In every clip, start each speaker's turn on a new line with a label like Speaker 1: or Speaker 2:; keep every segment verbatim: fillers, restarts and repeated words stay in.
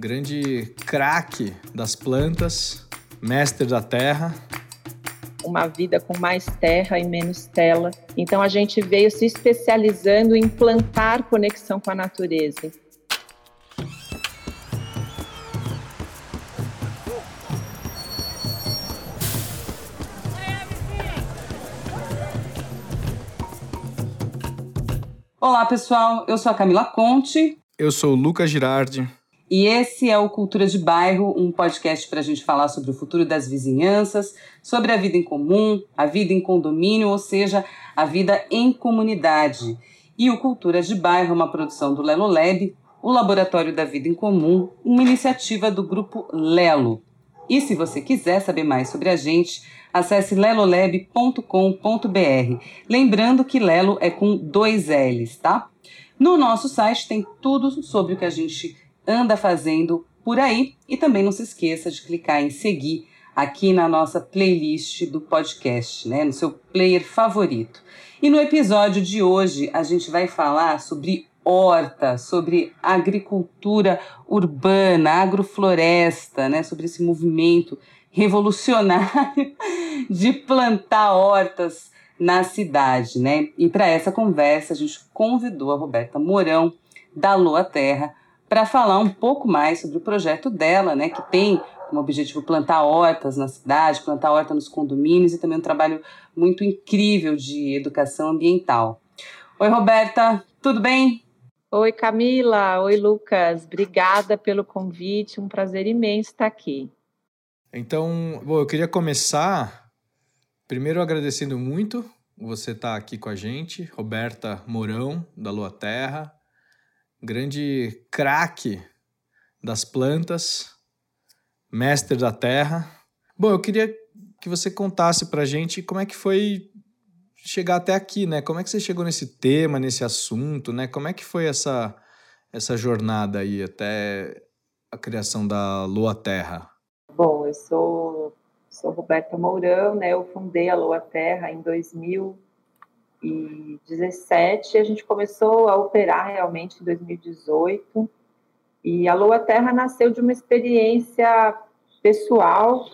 Speaker 1: grande craque das plantas, mestre da terra.
Speaker 2: Uma vida com mais terra e menos tela. Então a gente veio se especializando em plantar conexão com a natureza.
Speaker 3: Olá pessoal, eu sou a Camila Conte.
Speaker 1: Eu sou o Lucas Girardi.
Speaker 3: E esse é o Cultura de Bairro, um podcast para a gente falar sobre o futuro das vizinhanças, sobre a vida em comum, a vida em condomínio, ou seja, a vida em comunidade. E o Cultura de Bairro é uma produção do Lelo Lab, o Laboratório da Vida em Comum, uma iniciativa do Grupo Lelo. E se você quiser saber mais sobre a gente, acesse lelolab ponto com ponto br. Lembrando que Lelo é com dois L's, tá? No nosso site tem tudo sobre o que a gente anda fazendo por aí e também não se esqueça de clicar em seguir aqui na nossa playlist do podcast, né, no seu player favorito. E no episódio de hoje a gente vai falar sobre horta, sobre agricultura urbana, agrofloresta, né, sobre esse movimento revolucionário de plantar hortas na cidade, né? E para essa conversa a gente convidou a Roberta Mourão da Loa Terra para falar um pouco mais sobre o projeto dela, né, que tem como objetivo plantar hortas na cidade, plantar horta nos condomínios e também um trabalho muito incrível de educação ambiental. Oi, Roberta, tudo bem?
Speaker 2: Oi, Camila. Oi, Lucas. Obrigada pelo convite, um prazer imenso estar aqui.
Speaker 1: Então, bom, eu queria começar primeiro agradecendo muito você estar aqui com a gente, Roberta Mourão, da Loa Terra, grande craque das plantas, mestre da terra. Bom, eu queria que você contasse pra gente como é que foi chegar até aqui, né? Como é que você chegou nesse tema, nesse assunto, né? Como é que foi essa, essa jornada aí até a criação da Loa Terra?
Speaker 2: Bom, eu sou, sou Roberta Mourão, né? Eu fundei a Loa Terra em dois mil e dezessete, e a gente começou a operar realmente em dois mil e dezoito. E a Loa Terra nasceu de uma experiência pessoal,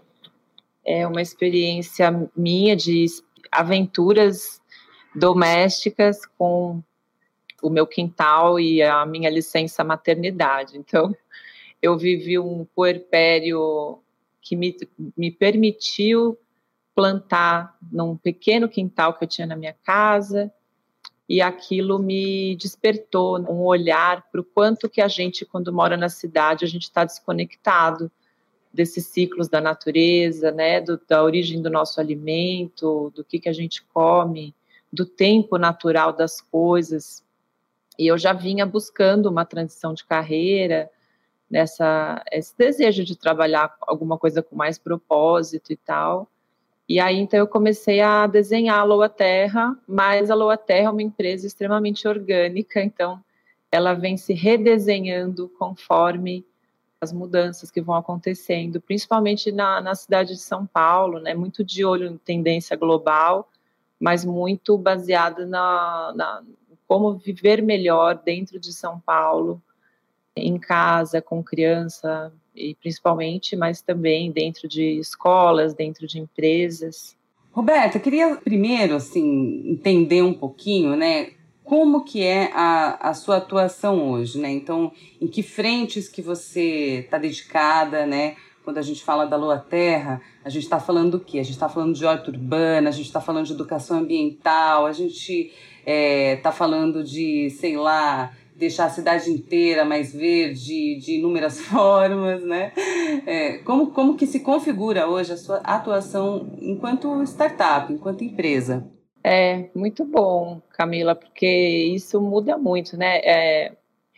Speaker 2: é uma experiência minha de aventuras domésticas com o meu quintal e a minha licença maternidade. Então, eu vivi um puerpério que me, me permitiu plantar num pequeno quintal que eu tinha na minha casa, e aquilo me despertou um olhar para o quanto que a gente, quando mora na cidade, a gente está desconectado desses ciclos da natureza, né, do, da origem do nosso alimento, do que, que a gente come, do tempo natural das coisas. E eu já vinha buscando uma transição de carreira, nessa, esse desejo de trabalhar alguma coisa com mais propósito e tal. E aí, então, eu comecei a desenhar a Loa Terra, mas a Loa Terra é uma empresa extremamente orgânica, então ela vem se redesenhando conforme as mudanças que vão acontecendo, principalmente na, na cidade de São Paulo, né? Muito de olho em tendência global, mas muito baseada na, na como viver melhor dentro de São Paulo, em casa, com criança, e principalmente, mas também dentro de escolas, dentro de empresas.
Speaker 3: Roberta, eu queria primeiro, assim, entender um pouquinho, né, como que é a, a sua atuação hoje, né? Então, em que frentes que você está dedicada, né? Quando a gente fala da Loa Terra, a gente está falando do quê? A gente está falando de horta urbana, a gente está falando de educação ambiental, a gente está é, falando de, sei lá, deixar a cidade inteira mais verde, de inúmeras formas, né? É, como, como que se configura hoje a sua atuação enquanto startup, enquanto empresa?
Speaker 2: É, muito bom, Camila, porque isso muda muito, né? É,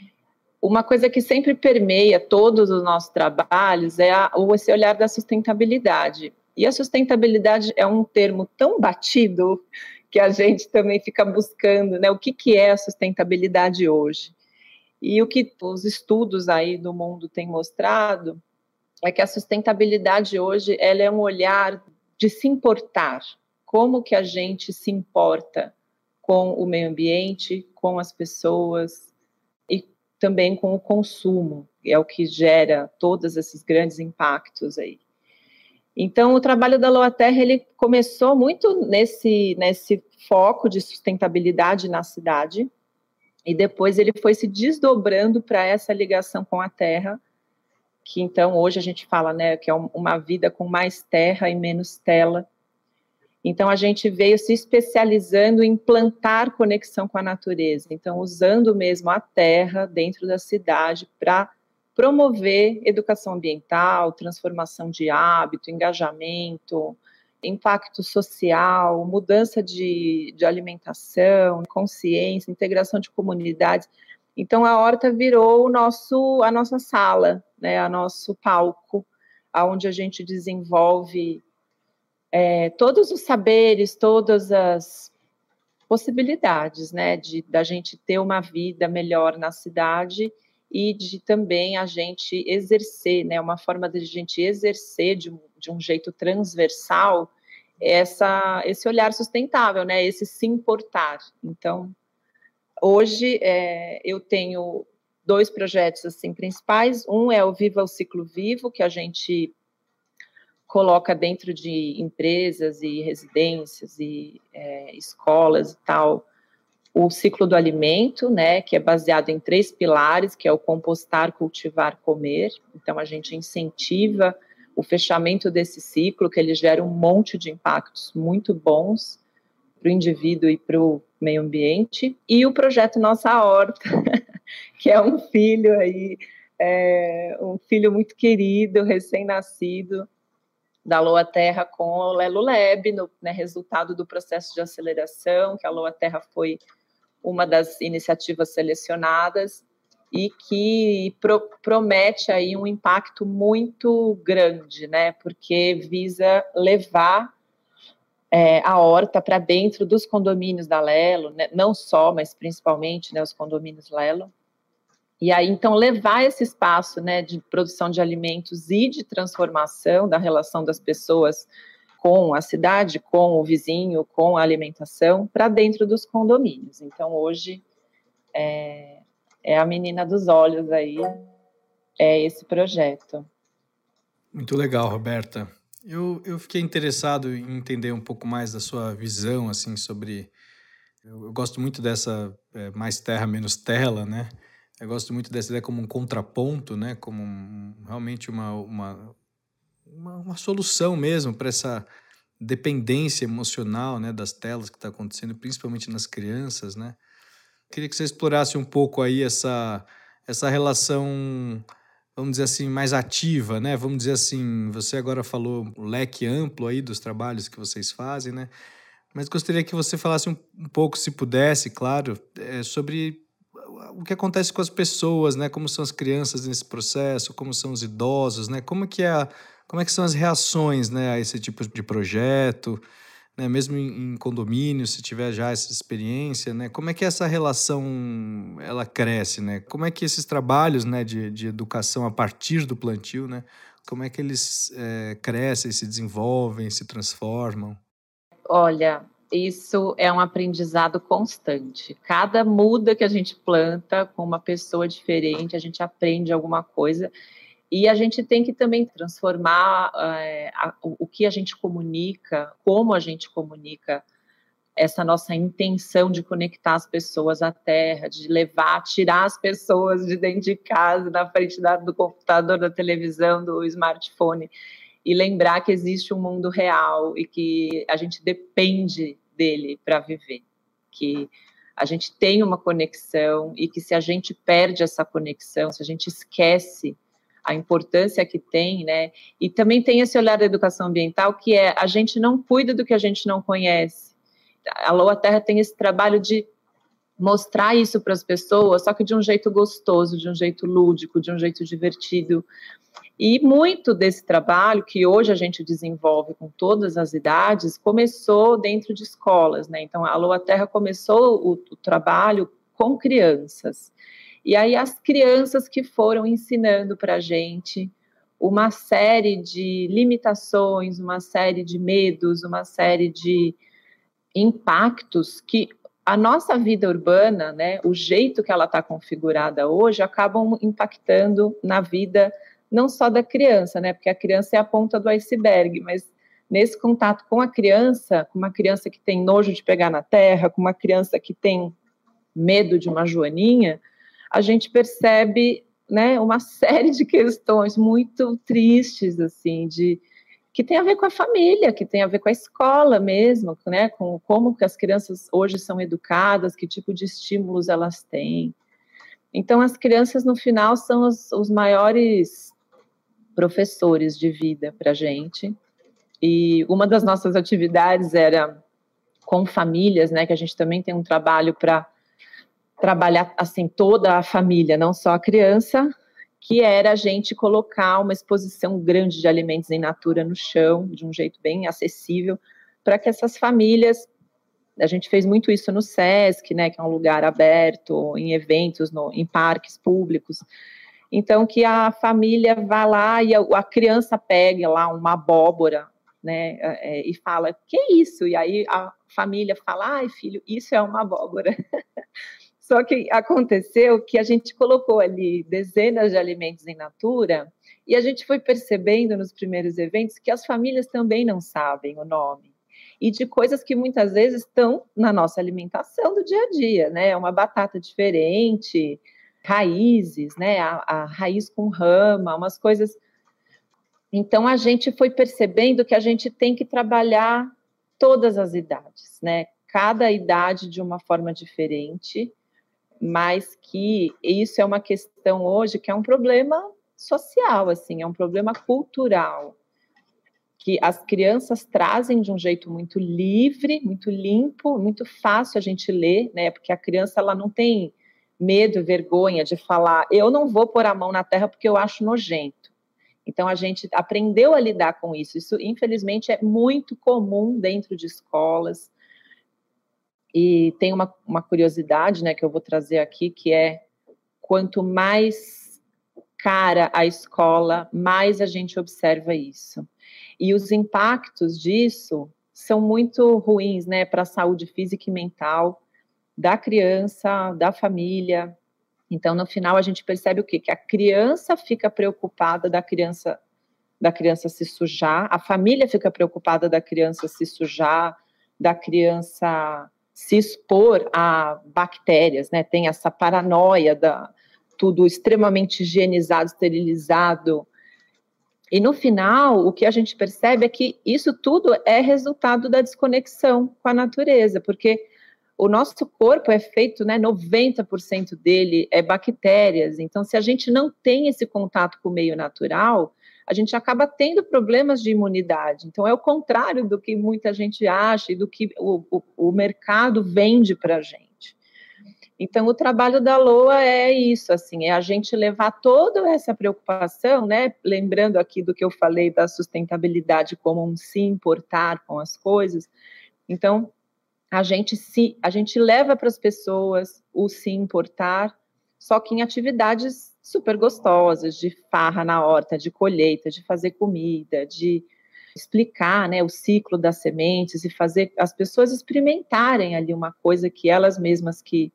Speaker 2: uma coisa que sempre permeia todos os nossos trabalhos é a, esse olhar da sustentabilidade. E a sustentabilidade é um termo tão batido que a gente também fica buscando, né? O que, que é a sustentabilidade hoje? E o que os estudos aí do mundo têm mostrado é que a sustentabilidade hoje ela é um olhar de se importar. Como que a gente se importa com o meio ambiente, com as pessoas, e também com o consumo, é o que gera todos esses grandes impactos aí. Então, o trabalho da Loa Terra, ele começou muito nesse, nesse foco de sustentabilidade na cidade, e depois ele foi se desdobrando para essa ligação com a terra, que então hoje a gente fala, né, que é uma vida com mais terra e menos tela. Então, a gente veio se especializando em plantar conexão com a natureza, então usando mesmo a terra dentro da cidade para promover educação ambiental, transformação de hábito, engajamento, impacto social, mudança de, de alimentação, consciência, integração de comunidades. Então, a horta virou o nosso, a nossa sala, né, o nosso palco, onde a gente desenvolve é, todos os saberes, todas as possibilidades, né, de da gente ter uma vida melhor na cidade e de também a gente exercer, né, uma forma de a gente exercer de, de um jeito transversal essa, esse olhar sustentável, né, esse se importar. Então, hoje é, eu tenho dois projetos assim principais. Um é o Viva o Ciclo Vivo, que a gente coloca dentro de empresas e residências e é, escolas e tal, o ciclo do alimento, né, que é baseado em três pilares, que é o compostar, cultivar, comer. Então, a gente incentiva o fechamento desse ciclo, que ele gera um monte de impactos muito bons para o indivíduo e para o meio ambiente. E o projeto Nossa Horta, que é um filho aí, é, um filho muito querido, recém-nascido, da Loa Terra com o Lelo Lab, no, né, resultado do processo de aceleração, que a Loa Terra foi uma das iniciativas selecionadas e que pro, promete aí um impacto muito grande, né, porque visa levar é, a horta para dentro dos condomínios da Lelo, né, não só, mas principalmente, né, os condomínios Lelo. E aí, então, levar esse espaço, né, de produção de alimentos e de transformação da relação das pessoas com a cidade, com o vizinho, com a alimentação, para dentro dos condomínios. Então, hoje, é, é a menina dos olhos aí, é esse projeto.
Speaker 1: Muito legal, Roberta. Eu, eu fiquei interessado em entender um pouco mais da sua visão, assim, sobre... Eu, eu gosto muito dessa é, mais terra, menos tela, né? Eu gosto muito dessa ideia como um contraponto, né? Como um, realmente uma, uma, uma, uma solução mesmo para essa dependência emocional, né, das telas que está acontecendo, principalmente nas crianças, né? Queria que você explorasse um pouco aí essa, essa relação, vamos dizer assim, mais ativa, né? Vamos dizer assim, você agora falou o leque amplo aí dos trabalhos que vocês fazem, né? Mas gostaria que você falasse um, um pouco, se pudesse, claro, é, sobre o que acontece com as pessoas, né? Como são as crianças nesse processo, como são os idosos, né? Como que é a, como é que são as reações, né, a esse tipo de projeto, né? Mesmo em, em condomínio, se tiver já essa experiência, né? Como é que essa relação ela cresce, né? Como é que esses trabalhos, né, de, de educação a partir do plantio, né? Como é que eles é, crescem, se desenvolvem, se transformam?
Speaker 2: Olha, isso é um aprendizado constante. Cada muda que a gente planta com uma pessoa diferente, a gente aprende alguma coisa e a gente tem que também transformar é, a, o, o que a gente comunica, como a gente comunica essa nossa intenção de conectar as pessoas à terra, de levar, tirar as pessoas de dentro de casa, da frente da, do computador, da televisão, do smartphone, e lembrar que existe um mundo real e que a gente depende dele para viver, que a gente tem uma conexão e que se a gente perde essa conexão, se a gente esquece a importância que tem, né? E também tem esse olhar da educação ambiental, que é a gente não cuida do que a gente não conhece. A Loa Terra tem esse trabalho de mostrar isso para as pessoas, só que de um jeito gostoso, de um jeito lúdico, de um jeito divertido. E muito desse trabalho, que hoje a gente desenvolve com todas as idades, começou dentro de escolas, né? Então, a Loa Terra começou o, o trabalho com crianças. E aí as crianças que foram ensinando para a gente uma série de limitações, uma série de medos, uma série de impactos que a nossa vida urbana, né, o jeito que ela está configurada hoje, acabam impactando na vida não só da criança, né, porque a criança é a ponta do iceberg, mas nesse contato com a criança, com uma criança que tem nojo de pegar na terra, com uma criança que tem medo de uma joaninha, a gente percebe, né, uma série de questões muito tristes, assim, de que tem a ver com a família, que tem a ver com a escola mesmo, né, com como que as crianças hoje são educadas, que tipo de estímulos elas têm. Então, as crianças, no final, são os, os maiores professores de vida para a gente. E uma das nossas atividades era com famílias, né, que a gente também tem um trabalho para trabalhar, assim, toda a família, não só a criança, que era a gente colocar uma exposição grande de alimentos em natura no chão, de um jeito bem acessível, para que essas famílias, a gente fez muito isso no SESC, né, que é um lugar aberto, em eventos, no, em parques públicos, então que a família vá lá e a, a criança pegue lá uma abóbora, né, é, e fala, que é isso? E aí a família fala, ai filho, isso é uma abóbora. Só que aconteceu que a gente colocou ali dezenas de alimentos em natura e a gente foi percebendo nos primeiros eventos que as famílias também não sabem o nome. E de coisas que muitas vezes estão na nossa alimentação do dia a dia, né? Uma batata diferente, raízes, né? A, a raiz com rama, umas coisas. Então a gente foi percebendo que a gente tem que trabalhar todas as idades, né? Cada idade de uma forma diferente, mas que isso é uma questão hoje que é um problema social, assim, é um problema cultural, que as crianças trazem de um jeito muito livre, muito limpo, muito fácil a gente ler, né, porque a criança ela não tem medo, vergonha de falar, eu não vou pôr a mão na terra porque eu acho nojento. Então a gente aprendeu a lidar com isso, isso infelizmente é muito comum dentro de escolas. E tem uma, uma curiosidade, né, que eu vou trazer aqui, que é quanto mais cara a escola, mais a gente observa isso. E os impactos disso são muito ruins, né, para a saúde física e mental da criança, da família. Então, no final, a gente percebe o quê? Que a criança fica preocupada da criança, da criança se sujar, a família fica preocupada da criança se sujar, da criança se expor a bactérias, né? Tem essa paranoia da tudo extremamente higienizado, esterilizado. E no final, o que a gente percebe é que isso tudo é resultado da desconexão com a natureza, porque o nosso corpo é feito, né, noventa por cento dele é bactérias, então se a gente não tem esse contato com o meio natural, a gente acaba tendo problemas de imunidade. Então, é o contrário do que muita gente acha e do que o, o, o mercado vende para a gente. Então, o trabalho da L O A é isso, assim, é a gente levar toda essa preocupação, né, lembrando aqui do que eu falei da sustentabilidade como um se importar com as coisas. Então, a gente, se, a gente leva para as pessoas o se importar, só que em atividades super gostosas, de farra na horta, de colheita, de fazer comida, de explicar, né, o ciclo das sementes e fazer as pessoas experimentarem ali uma coisa que elas mesmas que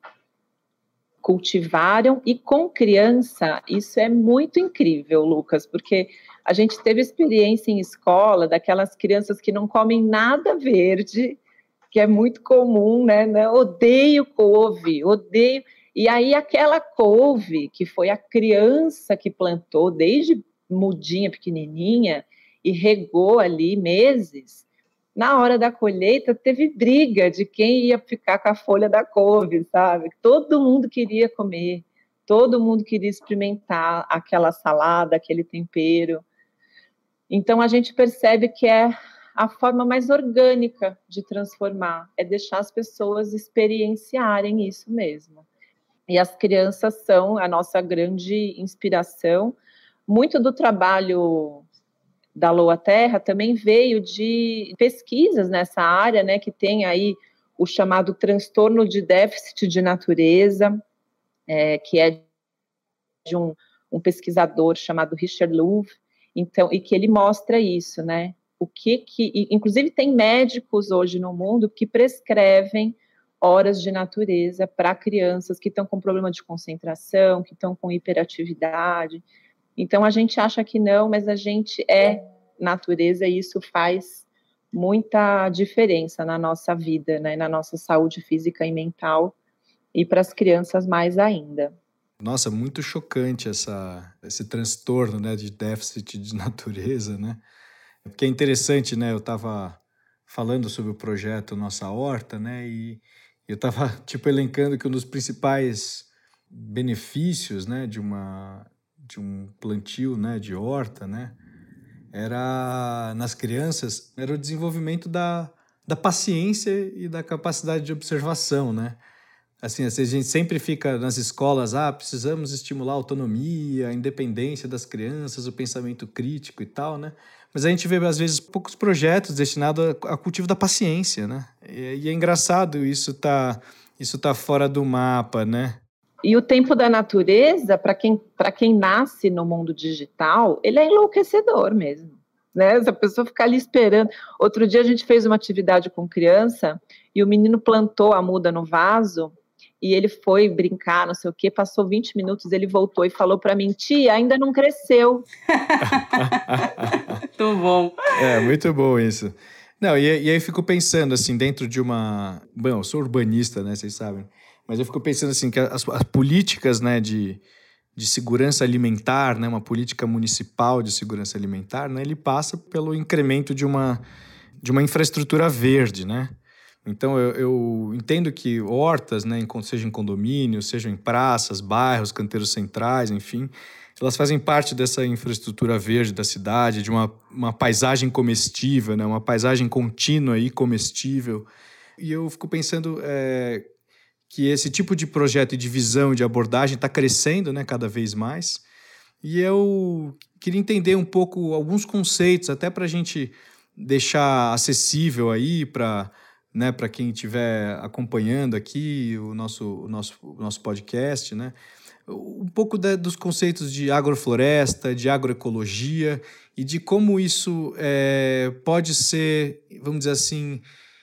Speaker 2: cultivaram. E com criança, isso é muito incrível, Lucas, porque a gente teve experiência em escola daquelas crianças que não comem nada verde, que é muito comum, né? Odeio couve, odeio... E aí aquela couve, que foi a criança que plantou desde mudinha, pequenininha, e regou ali meses, na hora da colheita teve briga de quem ia ficar com a folha da couve, sabe? Todo mundo queria comer, todo mundo queria experimentar aquela salada, aquele tempero. Então a gente percebe que é a forma mais orgânica de transformar, é deixar as pessoas experienciarem isso mesmo. E as crianças são a nossa grande inspiração. Muito do trabalho da L O A Terra também veio de pesquisas nessa área, né, que tem aí o chamado transtorno de déficit de natureza, é, que é de um, um pesquisador chamado Richard Louv, então, e que ele mostra isso, né, o que que, inclusive tem médicos hoje no mundo que prescrevem horas de natureza para crianças que estão com problema de concentração, que estão com hiperatividade. Então, a gente acha que não, mas a gente é natureza e isso faz muita diferença na nossa vida, né, na nossa saúde física e mental, e para as crianças mais ainda.
Speaker 1: Nossa, muito chocante essa, esse transtorno, né, de déficit de natureza, né? Porque é interessante, né? Eu estava falando sobre o projeto Nossa Horta, né? E eu estava, tipo, elencando que um dos principais benefícios, né, de, uma, de um plantio, né, de horta, né, era, nas crianças, era o desenvolvimento da, da paciência e da capacidade de observação, né? Assim, assim, a gente sempre fica nas escolas, ah, precisamos estimular a autonomia, a independência das crianças, o pensamento crítico e tal, né? Mas a gente vê, às vezes, poucos projetos destinados a cultivo da paciência, né? E, e é engraçado, isso tá, isso tá fora do mapa, né?
Speaker 2: E o tempo da natureza, para quem, para quem nasce no mundo digital, ele é enlouquecedor mesmo, né? Se a pessoa ficar ali esperando. Outro dia a gente fez uma atividade com criança e o menino plantou a muda no vaso e ele foi brincar, não sei o quê, passou vinte minutos, ele voltou e falou para mim, tia, ainda não cresceu.
Speaker 3: Muito bom.
Speaker 1: É, muito bom isso. Não, e, e aí eu fico pensando, assim, dentro de uma... Bom, eu sou urbanista, né, vocês sabem. Mas eu fico pensando, assim, que as, as políticas, né, de, de segurança alimentar, né, uma política municipal de segurança alimentar, né, ele passa pelo incremento de uma, de uma infraestrutura verde, né? Então, eu, eu entendo que hortas, né, seja em condomínios, sejam em praças, bairros, canteiros centrais, enfim, elas fazem parte dessa infraestrutura verde da cidade, de uma, uma paisagem comestível, né, uma paisagem contínua e comestível. E eu fico pensando é, que esse tipo de projeto e de visão, de abordagem está crescendo, né, cada vez mais. E eu queria entender um pouco alguns conceitos, até para a gente deixar acessível aí para... né, para quem estiver acompanhando aqui o nosso, o nosso, o nosso podcast, né, um pouco de, dos conceitos de agrofloresta, de agroecologia e de como isso é, pode ser, vamos dizer assim,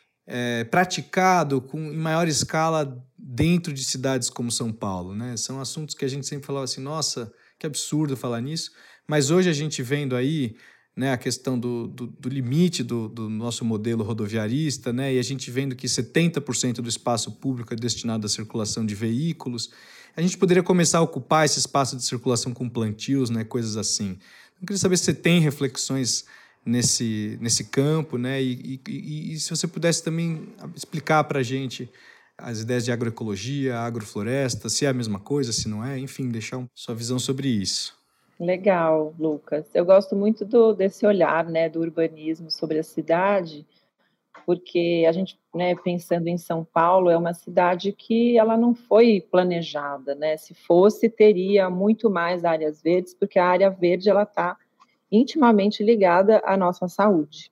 Speaker 1: é, praticado com, em maior escala dentro de cidades como São Paulo, né? São assuntos que a gente sempre falava assim, nossa, que absurdo falar nisso, mas hoje a gente vendo aí, né, a questão do, do, do limite do, do nosso modelo rodoviarista, né, e a gente vendo que setenta por cento do espaço público é destinado à circulação de veículos, a gente poderia começar a ocupar esse espaço de circulação com plantios, né, coisas assim. Eu queria saber se você tem reflexões nesse, nesse campo, né, e, e, e se você pudesse também explicar para a gente as ideias de agroecologia, agrofloresta, se é a mesma coisa, se não é, enfim, deixar um, sua visão sobre isso.
Speaker 2: Legal, Lucas. Eu gosto muito do, desse olhar, né, do urbanismo sobre a cidade, porque a gente, né, pensando em São Paulo, é uma cidade que ela não foi planejada, né? Se fosse, teria muito mais áreas verdes, porque a área verde ela está intimamente ligada à nossa saúde.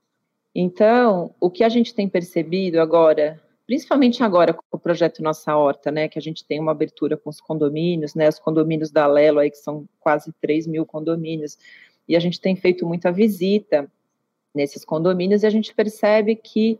Speaker 2: Então, o que a gente tem percebido agora, principalmente agora com o projeto Nossa Horta, né, que a gente tem uma abertura com os condomínios, né, os condomínios da Alelo, aí, que são quase três mil condomínios, e a gente tem feito muita visita nesses condomínios e a gente percebe que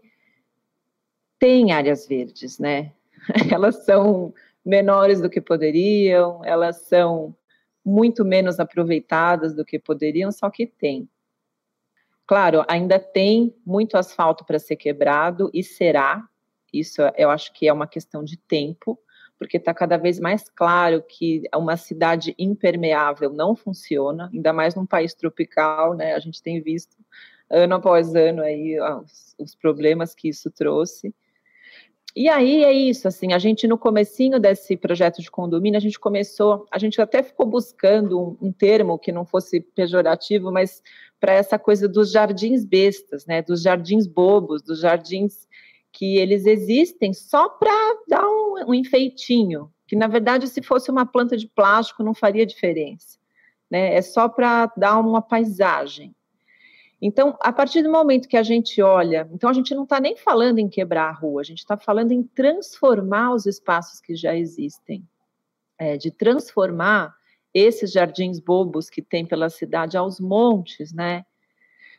Speaker 2: tem áreas verdes, né? Elas são menores do que poderiam, elas são muito menos aproveitadas do que poderiam, só que tem. Claro, ainda tem muito asfalto para ser quebrado e será, isso eu acho que é uma questão de tempo, porque está cada vez mais claro que uma cidade impermeável não funciona, ainda mais num país tropical, né? A gente tem visto ano após ano aí os, os problemas que isso trouxe. E aí é isso, assim, a gente no comecinho desse projeto de condomínio, a gente começou, a gente até ficou buscando um, um termo que não fosse pejorativo, mas para essa coisa dos jardins bestas, né, dos jardins bobos, dos jardins que eles existem só para dar um, um enfeitinho, que na verdade se fosse uma planta de plástico não faria diferença, né, é só para dar uma paisagem. Então, a partir do momento que a gente olha, então a gente não está nem falando em quebrar a rua, a gente está falando em transformar os espaços que já existem, é, de transformar esses jardins bobos que tem pela cidade aos montes, né?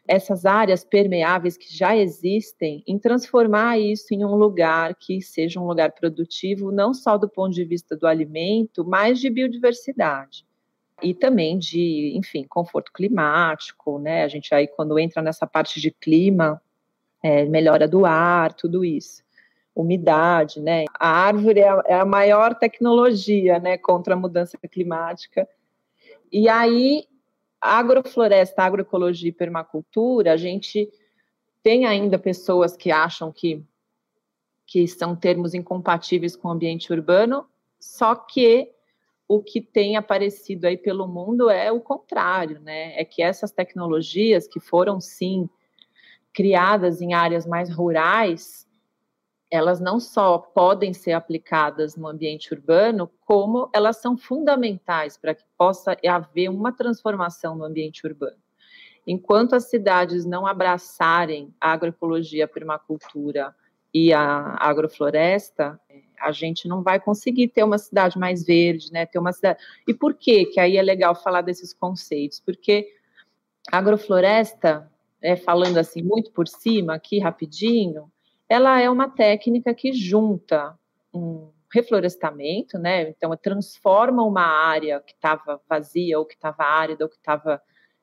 Speaker 2: essas áreas permeáveis que já existem, em transformar isso em um lugar que seja um lugar produtivo, não só do ponto de vista do alimento, mas de biodiversidade. E também de, enfim, conforto climático, né? A gente aí, quando entra nessa parte de clima, é, melhora do ar, tudo isso. Umidade, né? A árvore é a, é a maior tecnologia, né, contra a mudança climática. E aí, agrofloresta, agroecologia e permacultura, a gente tem ainda pessoas que acham que, que são termos incompatíveis com o ambiente urbano, só que o que tem aparecido aí pelo mundo é o contrário, né? É que essas tecnologias que foram, sim, criadas em áreas mais rurais, elas não só podem ser aplicadas no ambiente urbano, como elas são fundamentais para que possa haver uma transformação no ambiente urbano. Enquanto as cidades não abraçarem a agroecologia, a permacultura e a agrofloresta, a gente não vai conseguir ter uma cidade mais verde, né? Ter uma cidade... E por quê? Que aí é legal falar desses conceitos, porque a agrofloresta, é, falando assim muito por cima, aqui rapidinho, ela é uma técnica que junta um reflorestamento, né? Então, transforma uma área que estava vazia, ou que estava árida, ou que estava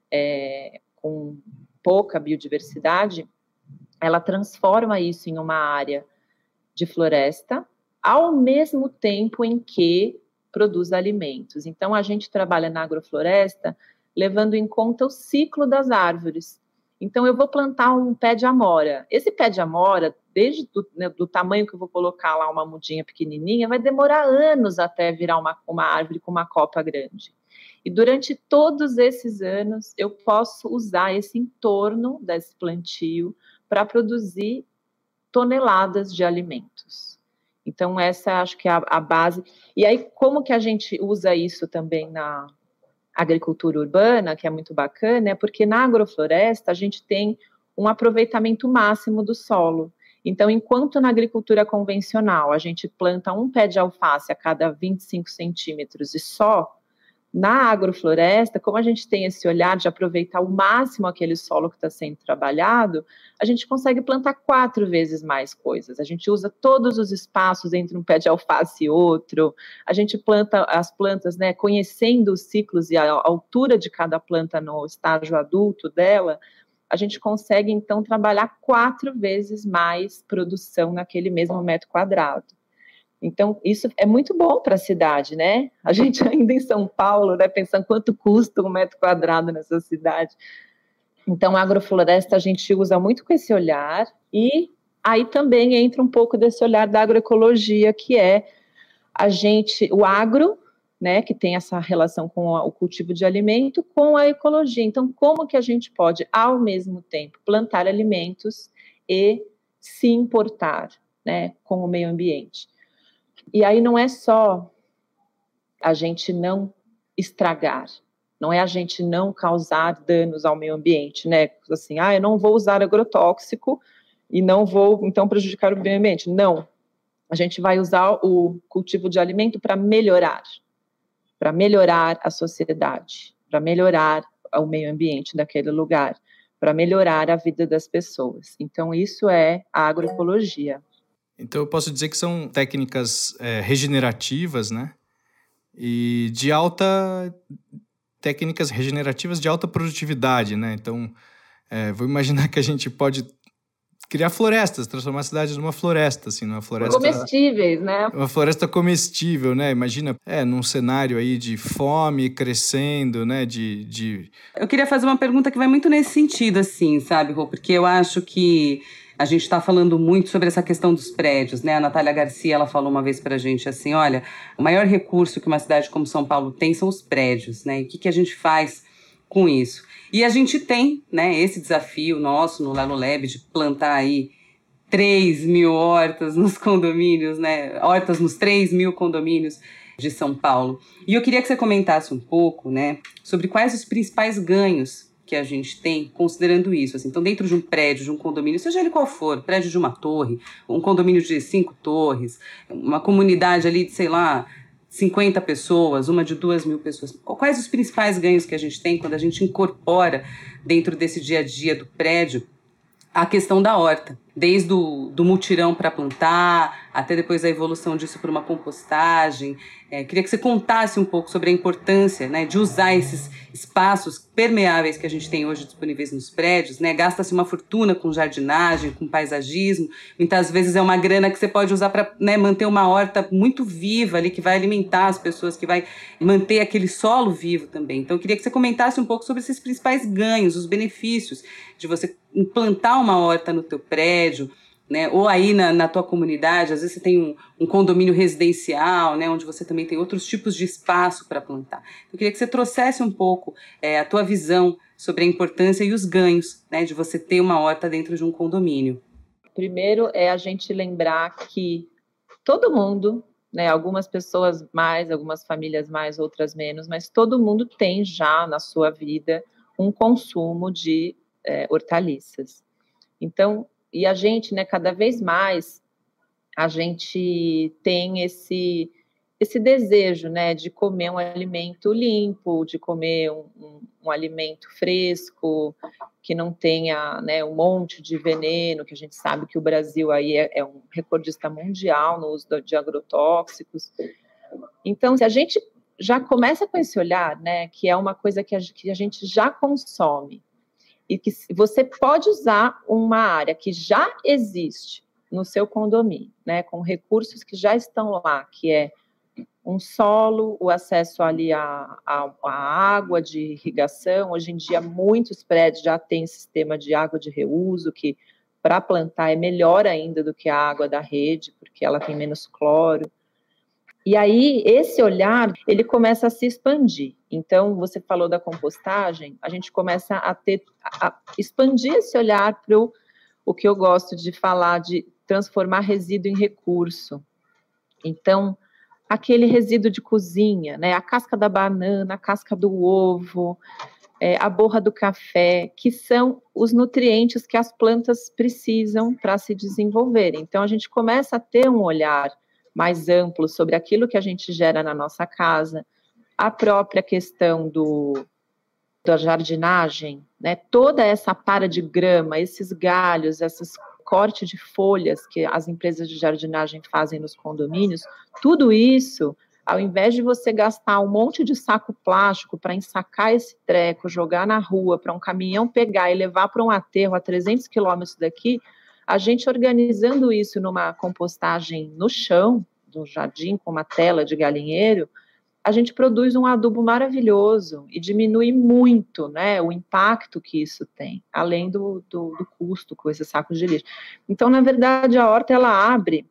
Speaker 2: é, com pouca biodiversidade, ela transforma isso em uma área de floresta, ao mesmo tempo em que produz alimentos. Então, a gente trabalha na agrofloresta levando em conta o ciclo das árvores. Então, eu vou plantar um pé de amora. Esse pé de amora, desde do, né, do tamanho que eu vou colocar lá uma mudinha pequenininha, vai demorar anos até virar uma, uma árvore com uma copa grande. E durante todos esses anos, eu posso usar esse entorno desse plantio para produzir toneladas de alimentos. Então, essa acho que é a, a base. E aí, como que a gente usa isso também na agricultura urbana, que é muito bacana, é porque na agrofloresta a gente tem um aproveitamento máximo do solo. Então, enquanto na agricultura convencional a gente planta um pé de alface a cada vinte e cinco centímetros e só, na agrofloresta, como a gente tem esse olhar de aproveitar ao máximo aquele solo que está sendo trabalhado, a gente consegue plantar quatro vezes mais coisas. A gente usa todos os espaços entre um pé de alface e outro, a gente planta as plantas, né, conhecendo os ciclos e a altura de cada planta no estágio adulto dela, a gente consegue, então, trabalhar quatro vezes mais produção naquele mesmo metro quadrado. Então, isso é muito bom para a cidade, né? A gente ainda em São Paulo, né, pensando quanto custa um metro quadrado nessa cidade. Então, a agrofloresta a gente usa muito com esse olhar, e aí também entra um pouco desse olhar da agroecologia, que é a gente, o agro, né, que tem essa relação com o cultivo de alimento, com a ecologia. Então, como que a gente pode, ao mesmo tempo, plantar alimentos e se importar, né, com o meio ambiente? E aí não é só a gente não estragar, não é a gente não causar danos ao meio ambiente, né? Assim, ah, eu não vou usar agrotóxico e não vou, então, prejudicar o meio ambiente. Não, a gente vai usar o cultivo de alimento para melhorar, para melhorar a sociedade, para melhorar o meio ambiente daquele lugar, para melhorar a vida das pessoas. Então, isso é a agroecologia.
Speaker 1: Então, eu posso dizer que são técnicas é, regenerativas, né? E de alta... técnicas regenerativas de alta produtividade, né? Então, é, vou imaginar que a gente pode criar florestas, transformar a cidade numa floresta, assim, numa floresta...
Speaker 2: comestíveis, né?
Speaker 1: Uma floresta comestível, né? Imagina, é, num cenário aí de fome crescendo, né? De, de...
Speaker 3: Eu queria fazer uma pergunta que vai muito nesse sentido, assim, sabe, Rô? Porque eu acho que a gente está falando muito sobre essa questão dos prédios, né? A Natália Garcia, ela falou uma vez pra gente assim, olha, o maior recurso que uma cidade como São Paulo tem são os prédios, né? E o que, que a gente faz com isso? E a gente tem, né, esse desafio nosso no Lelo Lab de plantar aí três mil hortas nos condomínios, né? Hortas nos três mil condomínios de São Paulo. E eu queria que você comentasse um pouco, né, sobre quais os principais ganhos que a gente tem considerando isso. Assim. Então, dentro de um prédio, de um condomínio, seja ele qual for, prédio de uma torre, um condomínio de cinco torres, uma comunidade ali de, sei lá, cinquenta pessoas, uma de duas mil pessoas. Quais os principais ganhos que a gente tem quando a gente incorpora dentro desse dia a dia do prédio a questão da horta, desde o do mutirão para plantar, até depois a evolução disso para uma compostagem. É, queria que você contasse um pouco sobre a importância, né, de usar esses espaços permeáveis que a gente tem hoje disponíveis nos prédios, né? Gasta-se uma fortuna com jardinagem, com paisagismo, muitas vezes é uma grana que você pode usar para, né, manter uma horta muito viva ali, que vai alimentar as pessoas, que vai manter aquele solo vivo também. Então eu queria que você comentasse um pouco sobre esses principais ganhos, os benefícios de você implantar uma horta no teu prédio, né, ou aí na, na tua comunidade. Às vezes você tem um, um condomínio residencial, né, onde você também tem outros tipos de espaço para plantar. Eu queria que você trouxesse um pouco é, a tua visão sobre a importância e os ganhos, né, de você ter uma horta dentro de um condomínio.
Speaker 2: Primeiro é a gente lembrar que todo mundo, né, algumas pessoas mais, algumas famílias mais, outras menos, mas todo mundo tem já na sua vida um consumo de é, hortaliças. Então, e a gente, né, cada vez mais, a gente tem esse, esse desejo, né, de comer um alimento limpo, de comer um, um, um alimento fresco, que não tenha, né, um monte de veneno, que a gente sabe que o Brasil aí é, é um recordista mundial no uso de agrotóxicos. Então, se a gente já começa com esse olhar, né, que é uma coisa que a, que a gente já consome, e que você pode usar uma área que já existe no seu condomínio, né, com recursos que já estão lá, que é um solo, o acesso ali à, à, à água de irrigação. Hoje em dia, muitos prédios já têm sistema de água de reuso, que para plantar é melhor ainda do que a água da rede, porque ela tem menos cloro. E aí, esse olhar, ele começa a se expandir. Então, você falou da compostagem, a gente começa a ter, a expandir esse olhar para o que eu gosto de falar, de transformar resíduo em recurso. Então, aquele resíduo de cozinha, né, a casca da banana, a casca do ovo, é, a borra do café, que são os nutrientes que as plantas precisam para se desenvolverem. Então, a gente começa a ter um olhar mais amplo sobre aquilo que a gente gera na nossa casa, a própria questão do, da jardinagem, né? Toda essa para de grama, esses galhos, esses cortes de folhas que as empresas de jardinagem fazem nos condomínios, tudo isso, ao invés de você gastar um monte de saco plástico para ensacar esse treco, jogar na rua, para um caminhão pegar e levar para um aterro a trezentos quilômetros daqui, a gente organizando isso numa compostagem no chão, no jardim, com uma tela de galinheiro, a gente produz um adubo maravilhoso e diminui muito, né, o impacto que isso tem, além do, do, do custo com esses sacos de lixo. Então, na verdade, a horta, ela abre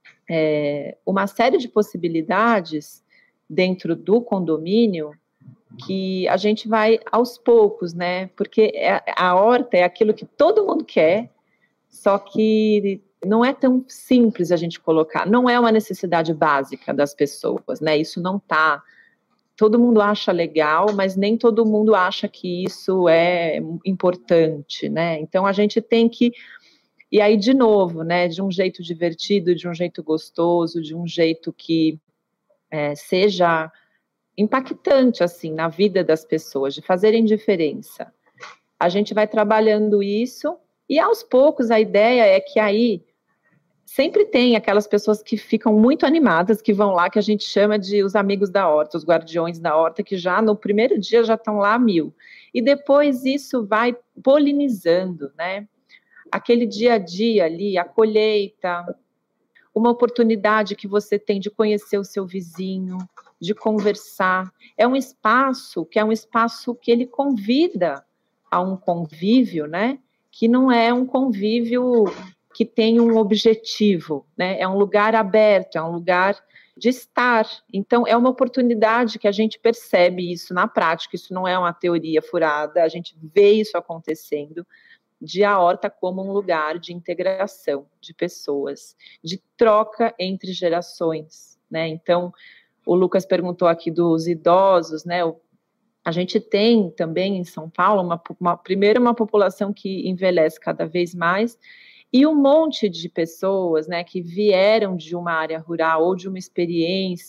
Speaker 2: é, uma série de possibilidades dentro do condomínio que a gente vai aos poucos, né, porque a horta é aquilo que todo mundo quer, só que não é tão simples a gente colocar, não é uma necessidade básica das pessoas, né? Isso não tá, todo mundo acha legal, mas nem todo mundo acha que isso é importante, né? Então a gente tem que, e aí de novo, né, de um jeito divertido, de um jeito gostoso, de um jeito que é, seja impactante, assim, na vida das pessoas, de fazerem diferença. A gente vai trabalhando isso. E aos poucos a ideia é que aí sempre tem aquelas pessoas que ficam muito animadas, que vão lá, que a gente chama de os amigos da horta, os guardiões da horta, que já no primeiro dia já estão lá a mil. E depois isso vai polinizando, né? Aquele dia a dia ali, a colheita, uma oportunidade que você tem de conhecer o seu vizinho, de conversar. É um espaço que é um espaço que ele convida a um convívio, né? Que não é um convívio que tem um objetivo, né? É um lugar aberto, é um lugar de estar. Então, é uma oportunidade que a gente percebe isso na prática, isso não é uma teoria furada, a gente vê isso acontecendo, de a horta como um lugar de integração de pessoas, de troca entre gerações, né? Então, o Lucas perguntou aqui dos idosos, né? A gente tem também em São Paulo, uma, uma, primeiro, uma população que envelhece cada vez mais, e um monte de pessoas, né, que vieram de uma área rural ou de uma experiência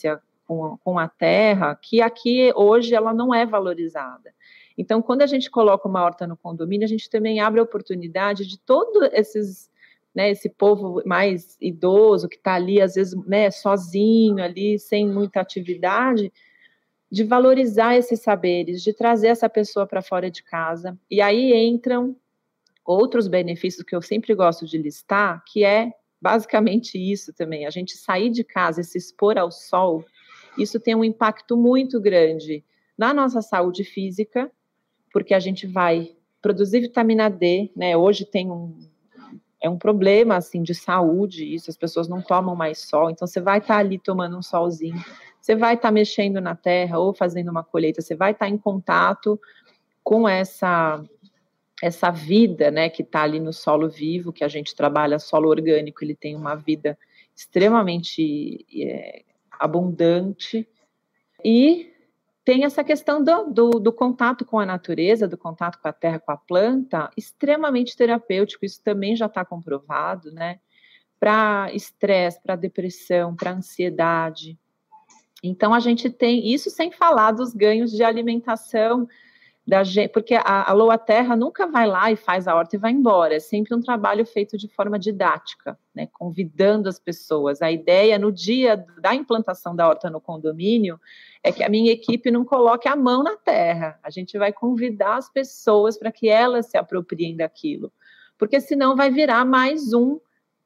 Speaker 2: com, com a terra, que aqui hoje ela não é valorizada. Então, quando a gente coloca uma horta no condomínio, a gente também abre a oportunidade de todos esses, né, esse povo mais idoso que está ali, às vezes, né, sozinho ali, sem muita atividade, de valorizar esses saberes, de trazer essa pessoa para fora de casa. E aí entram outros benefícios que eu sempre gosto de listar, que é basicamente isso também, a gente sair de casa e se expor ao sol, isso tem um impacto muito grande na nossa saúde física, porque a gente vai produzir vitamina D, né? Hoje tem um, é um problema, assim, de saúde, isso, as pessoas não tomam mais sol, então você vai estar ali tomando um solzinho, você vai estar mexendo na terra ou fazendo uma colheita, você vai estar em contato com essa, essa vida, né, que está ali no solo vivo, que a gente trabalha, solo orgânico, ele tem uma vida extremamente é, abundante, e tem essa questão do, do, do contato com a natureza, do contato com a terra, com a planta, extremamente terapêutico, isso também já está comprovado, né? Para estresse, para depressão, para ansiedade. Então, a gente tem isso sem falar dos ganhos de alimentação, da gente, porque a, a Loa Terra nunca vai lá e faz a horta e vai embora, é sempre um trabalho feito de forma didática, né? Convidando as pessoas. A ideia no dia da implantação da horta no condomínio é que a minha equipe não coloque a mão na terra, a gente vai convidar as pessoas para que elas se apropriem daquilo, porque senão vai virar mais um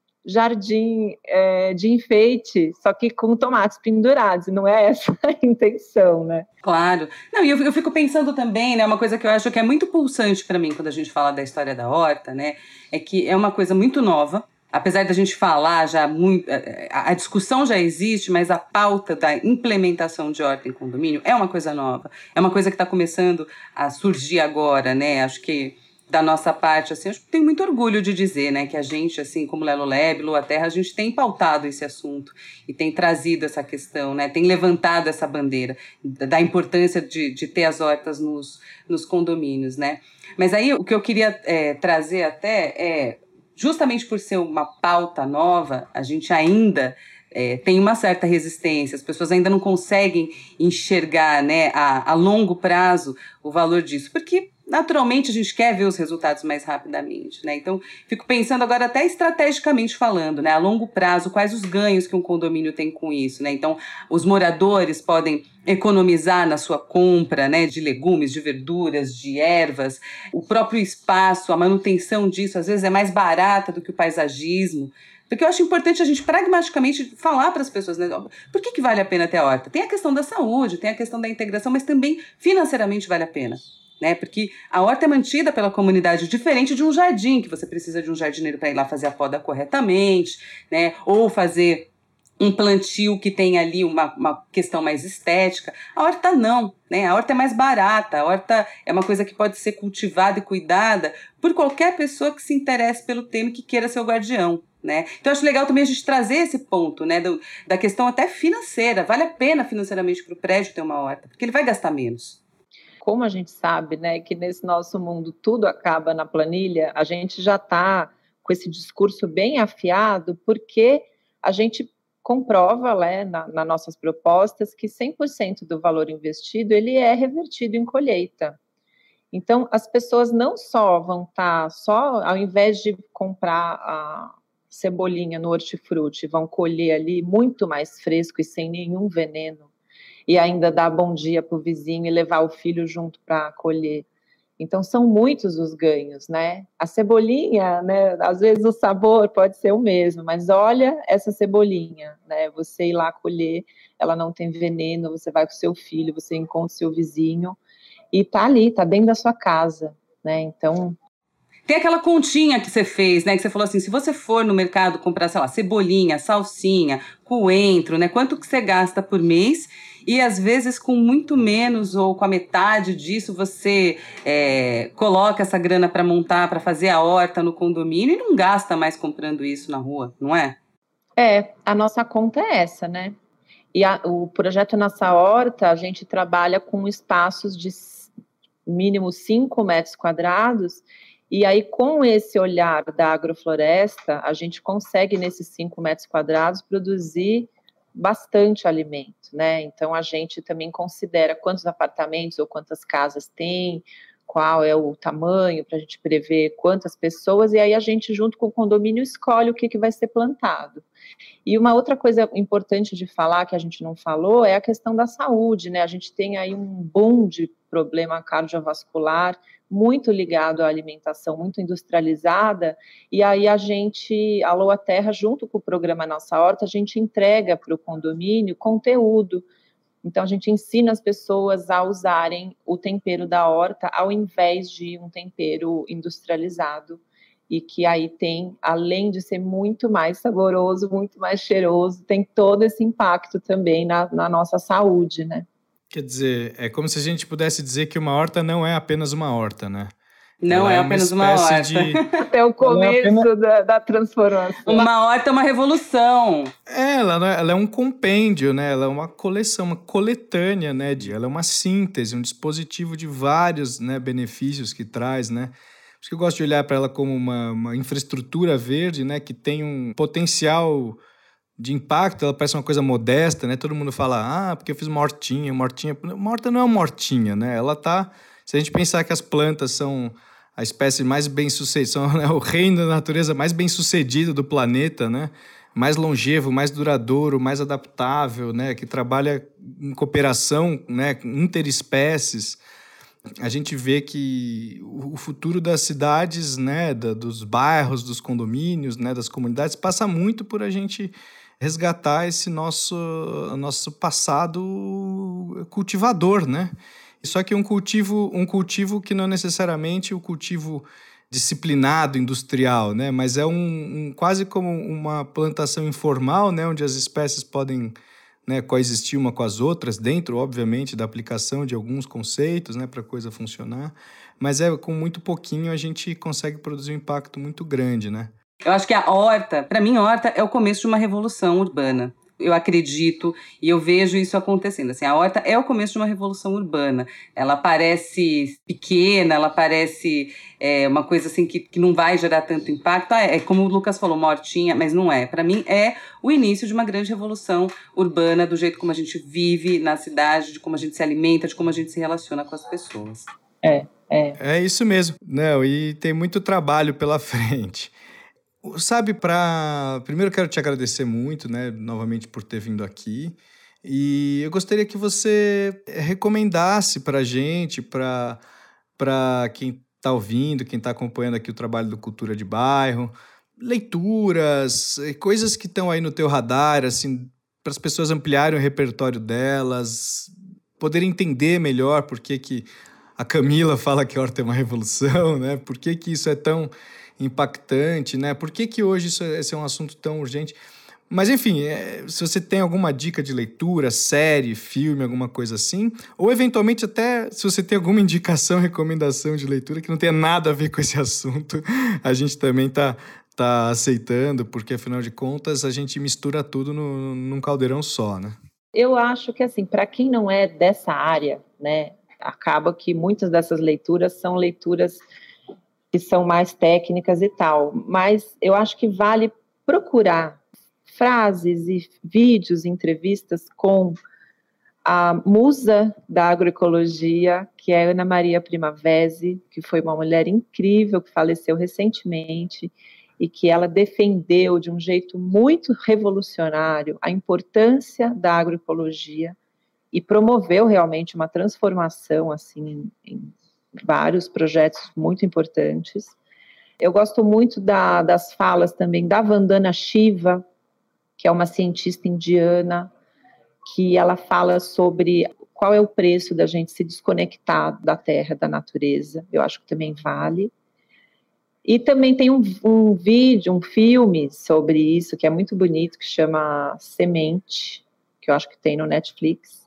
Speaker 2: jardim é, de enfeite, só que com tomates pendurados, não é essa a intenção, né?
Speaker 3: Claro. Não, e eu, eu fico pensando também, né, uma coisa que eu acho que é muito pulsante para mim quando a gente fala da história da horta, né, é que é uma coisa muito nova, apesar da gente falar já muito, a, a discussão já existe, mas a pauta da implementação de horta em condomínio é uma coisa nova, é uma coisa que está começando a surgir agora, né, acho que da nossa parte, assim, acho que tenho muito orgulho de dizer, né, que a gente, assim, como Lelo Lab, Loa Terra, a gente tem pautado esse assunto e tem trazido essa questão, né, tem levantado essa bandeira da importância de, de ter as hortas nos, nos condomínios, né. Mas aí o que eu queria é, trazer até é, justamente por ser uma pauta nova, a gente ainda é, tem uma certa resistência, as pessoas ainda não conseguem enxergar, né, a, a longo prazo o valor disso, porque naturalmente a gente quer ver os resultados mais rapidamente, né? Então, fico pensando agora até estrategicamente falando, né? A longo prazo, quais os ganhos que um condomínio tem com isso, né? Então, os moradores podem economizar na sua compra, né? De legumes, de verduras, de ervas. O próprio espaço, a manutenção disso, às vezes é mais barata do que o paisagismo. Porque eu acho importante a gente pragmaticamente falar para as pessoas, né? Por que que vale a pena ter a horta? Tem a questão da saúde, tem a questão da integração, mas também financeiramente vale a pena. Né? Porque a horta é mantida pela comunidade, diferente de um jardim, que você precisa de um jardineiro para ir lá fazer a poda corretamente, né? Ou fazer um plantio que tem ali uma, uma questão mais estética. A horta não, né? A horta é mais barata, a horta é uma coisa que pode ser cultivada e cuidada por qualquer pessoa que se interesse pelo tema e que queira ser o guardião. Né? Então, eu acho legal também a gente trazer esse ponto, né, do, da questão até financeira. Vale a pena financeiramente para o prédio ter uma horta, porque ele vai gastar menos.
Speaker 2: Como a gente sabe, né, que nesse nosso mundo tudo acaba na planilha, a gente já está com esse discurso bem afiado, porque a gente comprova, né, na, nas nossas propostas que cem por cento do valor investido ele é revertido em colheita. Então, as pessoas não só vão estar, tá, só ao invés de comprar a cebolinha no hortifruti, vão colher ali muito mais fresco e sem nenhum veneno, e ainda dar bom dia para o vizinho e levar o filho junto para colher. Então, são muitos os ganhos, né? A cebolinha, né? Às vezes o sabor pode ser o mesmo, mas olha essa cebolinha, né? Você ir lá colher, ela não tem veneno, você vai com o seu filho, você encontra o seu vizinho, e tá ali, tá dentro da sua casa, né? Então...
Speaker 3: Tem aquela continha que você fez, né? Que você falou assim, se você for no mercado comprar, sei lá, cebolinha, salsinha, coentro, né? Quanto que você gasta por mês? E às vezes com muito menos ou com a metade disso você é, coloca essa grana para montar, para fazer a horta no condomínio e não gasta mais comprando isso na rua, não é?
Speaker 2: É, a nossa conta é essa, né? E a, o projeto Nossa Horta, a gente trabalha com espaços de mínimo cinco metros quadrados. E aí, com esse olhar da agrofloresta, a gente consegue, nesses cinco metros quadrados, produzir bastante alimento, né? Então a gente também considera quantos apartamentos ou quantas casas tem, qual é o tamanho, para a gente prever quantas pessoas, e aí a gente, junto com o condomínio, escolhe o que, que vai ser plantado. E uma outra coisa importante de falar, que a gente não falou, é a questão da saúde, né? A gente tem aí um boom de problema cardiovascular, muito ligado à alimentação, muito industrializada, e aí a gente, a Loa Terra, junto com o programa Nossa Horta, a gente entrega para o condomínio conteúdo. Então, a gente ensina as pessoas a usarem o tempero da horta ao invés de um tempero industrializado, e que aí tem, além de ser muito mais saboroso, muito mais cheiroso, tem todo esse impacto também na, na nossa saúde, né?
Speaker 1: Quer dizer, é como se a gente pudesse dizer que uma horta não é apenas uma horta, né?
Speaker 3: Não
Speaker 1: ela
Speaker 3: é,
Speaker 1: é
Speaker 3: apenas
Speaker 1: uma,
Speaker 3: uma horta.
Speaker 1: de...
Speaker 2: Até o começo é apenas... da, da transformação.
Speaker 3: Uma horta é uma revolução.
Speaker 1: É, ela, ela é um compêndio, né? Ela é uma coleção, uma coletânea, né? De, ela é uma síntese, um dispositivo de vários, né, benefícios que traz, né? Por isso que eu gosto de olhar para ela como uma, uma infraestrutura verde, né? Que tem um potencial de impacto. Ela parece uma coisa modesta, né? Todo mundo fala, ah, porque eu fiz uma hortinha, uma hortinha. Uma horta não é uma hortinha, né? Ela tá... Se a gente pensar que as plantas são a espécie mais bem-sucedida, são, né, o reino da natureza mais bem-sucedido do planeta, né? Mais longevo, mais duradouro, mais adaptável, né? Que trabalha em cooperação, né, interespécies. A gente vê que o futuro das cidades, né, da, dos bairros, dos condomínios, né, das comunidades, passa muito por a gente resgatar esse nosso, nosso passado cultivador, né? Só que um cultivo, um cultivo que não é necessariamente o cultivo disciplinado, industrial, né? Mas é um, um quase como uma plantação informal, né? Onde as espécies podem, né, coexistir uma com as outras, dentro, obviamente, da aplicação de alguns conceitos, né, para a coisa funcionar. Mas é com muito pouquinho a gente consegue produzir um impacto muito grande, né?
Speaker 3: Eu acho que a horta, para mim, a horta é o começo de uma revolução urbana. Eu acredito e eu vejo isso acontecendo. Assim, a horta é o começo de uma revolução urbana. Ela parece pequena, ela parece é, uma coisa assim que, que não vai gerar tanto impacto. Ah, é como o Lucas falou, uma hortinha, mas não é. Para mim, é o início de uma grande revolução urbana, do jeito como a gente vive na cidade, de como a gente se alimenta, de como a gente se relaciona com as pessoas.
Speaker 2: É, é.
Speaker 1: É isso mesmo. Não, e tem muito trabalho pela frente. Sabe, para... Primeiro, quero te agradecer muito, né, novamente por ter vindo aqui. E eu gostaria que você recomendasse para a gente, para quem está ouvindo, quem está acompanhando aqui o trabalho do Cultura de Bairro, leituras, coisas que estão aí no teu radar, assim, para as pessoas ampliarem o repertório delas, poderem entender melhor por que que a Camila fala que a horta é uma revolução, né? Por que que isso é tão impactante, né? Por que que hoje isso é, esse é um assunto tão urgente? Mas, enfim, é, se você tem alguma dica de leitura, série, filme, alguma coisa assim, ou eventualmente até se você tem alguma indicação, recomendação de leitura que não tenha nada a ver com esse assunto, a gente também tá, tá aceitando, porque, afinal de contas, a gente mistura tudo no, num caldeirão só, né?
Speaker 2: Eu acho que, assim, para quem não é dessa área, né, acaba que muitas dessas leituras são leituras que são mais técnicas e tal, mas eu acho que vale procurar frases e vídeos, entrevistas com a musa da agroecologia, que é Ana Maria Primavesi, que foi uma mulher incrível, que faleceu recentemente, e que ela defendeu de um jeito muito revolucionário a importância da agroecologia e promoveu realmente uma transformação assim, em vários projetos muito importantes. Eu gosto muito da, das falas também da Vandana Shiva, que é uma cientista indiana, que ela fala sobre qual é o preço da gente se desconectar da terra, da natureza. Eu acho que também vale. E também tem um, um vídeo, um filme sobre isso, que é muito bonito, que chama Semente, que eu acho que tem no Netflix.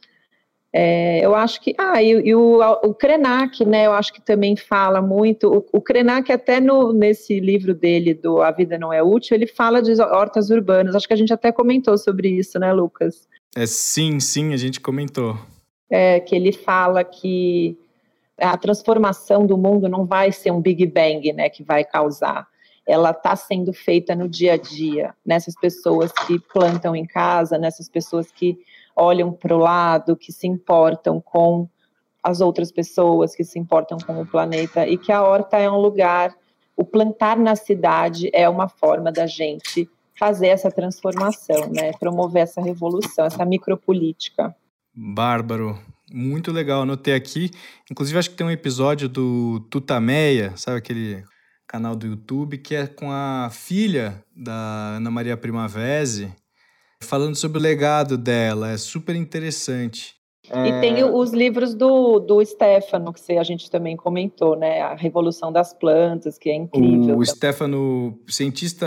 Speaker 2: É, eu acho que... Ah, e, e o, o Krenak, né, eu acho que também fala muito... O, o Krenak, até no, nesse livro dele, do A Vida Não É Útil, ele fala de hortas urbanas. Acho que a gente até comentou sobre isso, né, Lucas?
Speaker 1: É, sim, sim, a gente comentou.
Speaker 2: É, que ele fala que a transformação do mundo não vai ser um Big Bang, né, que vai causar. ela está sendo feita no dia a dia, nessas pessoas que plantam em casa, nessas pessoas que olham para o lado, que se importam com as outras pessoas, que se importam com o planeta, e que a horta é um lugar, o plantar na cidade é uma forma da gente fazer essa transformação, né? Promover essa revolução, essa micropolítica.
Speaker 1: Bárbaro, muito legal, anotei aqui. Inclusive, acho que tem um episódio do Tutameia, sabe aquele canal do YouTube, que é com a filha da Ana Maria Primavesi, falando sobre o legado dela, é super interessante.
Speaker 2: É... E tem os livros do, do Stefano, que a gente também comentou, né? A Revolução das Plantas, que é incrível.
Speaker 1: O Stefano, cientista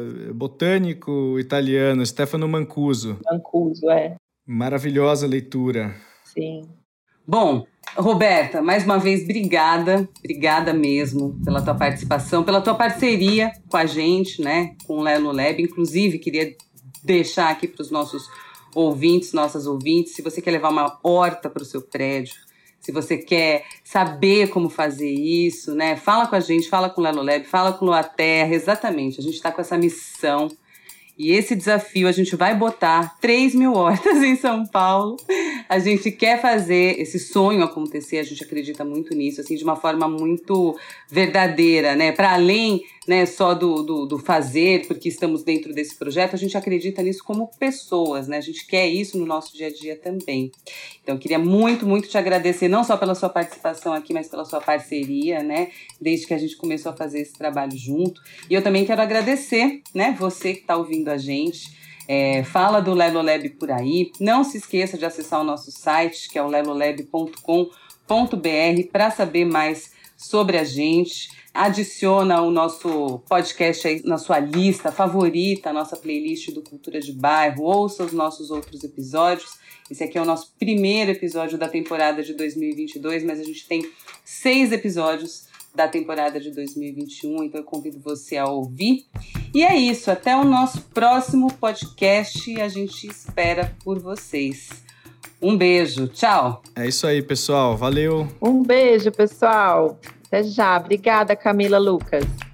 Speaker 1: botânico italiano, Stefano Mancuso.
Speaker 2: Mancuso, é.
Speaker 1: Maravilhosa leitura.
Speaker 2: Sim.
Speaker 3: Bom, Roberta, mais uma vez, obrigada, obrigada mesmo pela tua participação, pela tua parceria com a gente, né, com o Lelo Lab. Inclusive, queria deixar aqui para os nossos ouvintes, nossas ouvintes, se você quer levar uma horta para o seu prédio, se você quer saber como fazer isso, né, fala com a gente, fala com o Lelo Lab, fala com o Lua Terra, exatamente, a gente está com essa missão. E esse desafio, a gente vai botar três mil hortas em São Paulo. A gente quer fazer esse sonho acontecer, a gente acredita muito nisso, assim, de uma forma muito verdadeira, né? Para além, né, só do, do, do fazer, porque estamos dentro desse projeto, a gente acredita nisso como pessoas, né? A gente quer isso no nosso dia a dia também. Então, eu queria muito, muito te agradecer, não só pela sua participação aqui, mas pela sua parceria, né? Desde que a gente começou a fazer esse trabalho junto. E eu também quero agradecer, né, você que está ouvindo a gente. É, fala do Lelo Lab por aí. Não se esqueça de acessar o nosso site, que é o lelolab ponto com ponto b r, para saber mais sobre a gente. Adiciona o nosso podcast aí na sua lista favorita, a nossa playlist do Cultura de Bairro, ouça os nossos outros episódios. Esse aqui é o nosso primeiro episódio da temporada de dois mil e vinte e dois, mas a gente tem seis episódios da temporada de dois mil e vinte e um, então eu convido você a ouvir. E é isso, até o nosso próximo podcast, a gente espera por vocês. Um beijo, tchau!
Speaker 1: É isso aí, pessoal, valeu!
Speaker 2: Um beijo, pessoal! Até já, obrigada, Camila, Lucas.